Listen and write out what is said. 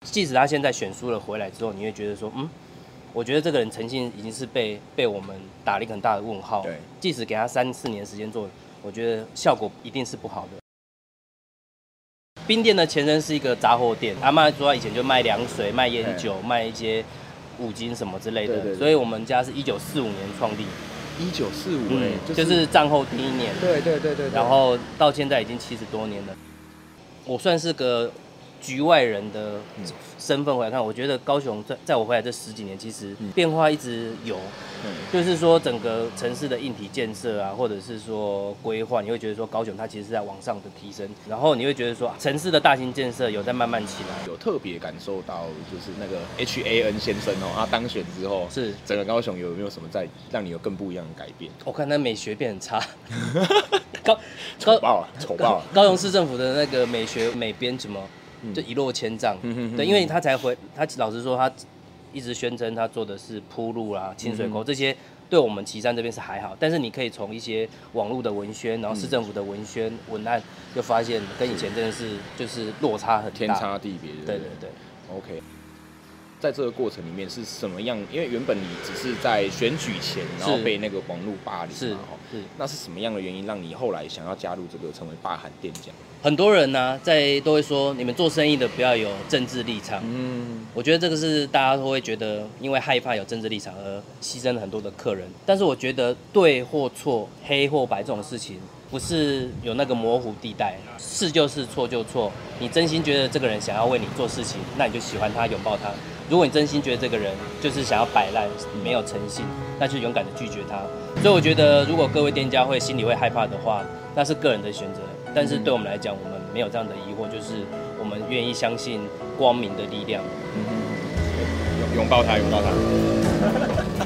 即使他现在选输了回来之后，你会觉得说，我觉得这个人诚信已经是被我们打了一个很大的问号。 对， 即使给他3、4年的时间做，我觉得效果一定是不好的。冰店的前身是一个杂货店，阿嬷说以前就卖凉水、卖烟酒、卖一些五金什么之类的，所以我们家是1945年创立。 1945 就是战后第1年。 对。 然后到现在已经70多年了。我算是个局外人的身份回来看，我觉得高雄在我回来这10几年，其实变化一直有。就是说整个城市的硬体建设啊，或者是说规划，你会觉得说高雄它其实是在往上的提升，然后你会觉得说城市的大型建设有在慢慢起来。 有特别感受到就是那个 HAN 先生他当选之后，是整个高雄有没有什么在让你有更不一样的改变？ 我看他美学变很差， 丑爆了！ 高雄市政府的那个美学美编什么就一落千丈。对，因为他老实说他一直宣称他做的是铺路啦、清水沟这些，对我们旗山这边是还好，但是你可以从一些网络的文宣，然后市政府的文宣文案，就发现跟以前真的是就是落差很大， 天差地别。 对。 OK， 在这个过程里面是什么样？因为原本你只是在选举前，然后被那个网络霸凌嘛，那是什么样的原因让你后来想要加入这个成为霸喊店家？ 很多人呢、都会说，你们做生意的不要有政治立场。我觉得这个是大家都会觉得，因为害怕有政治立场而牺牲了很多的客人。但是我觉得对或错、黑或白这种事情，不是有那个模糊地带，是就是错就错。你真心觉得这个人想要为你做事情，那你就喜欢他、拥抱他。如果你真心觉得这个人就是想要摆烂、没有诚信，那就勇敢的拒绝他。所以我觉得，如果各位店家心里会害怕的话，那是个人的选择。但是对我们来讲，我们没有这样的疑惑，就是我们愿意相信光明的力量。 拥抱他。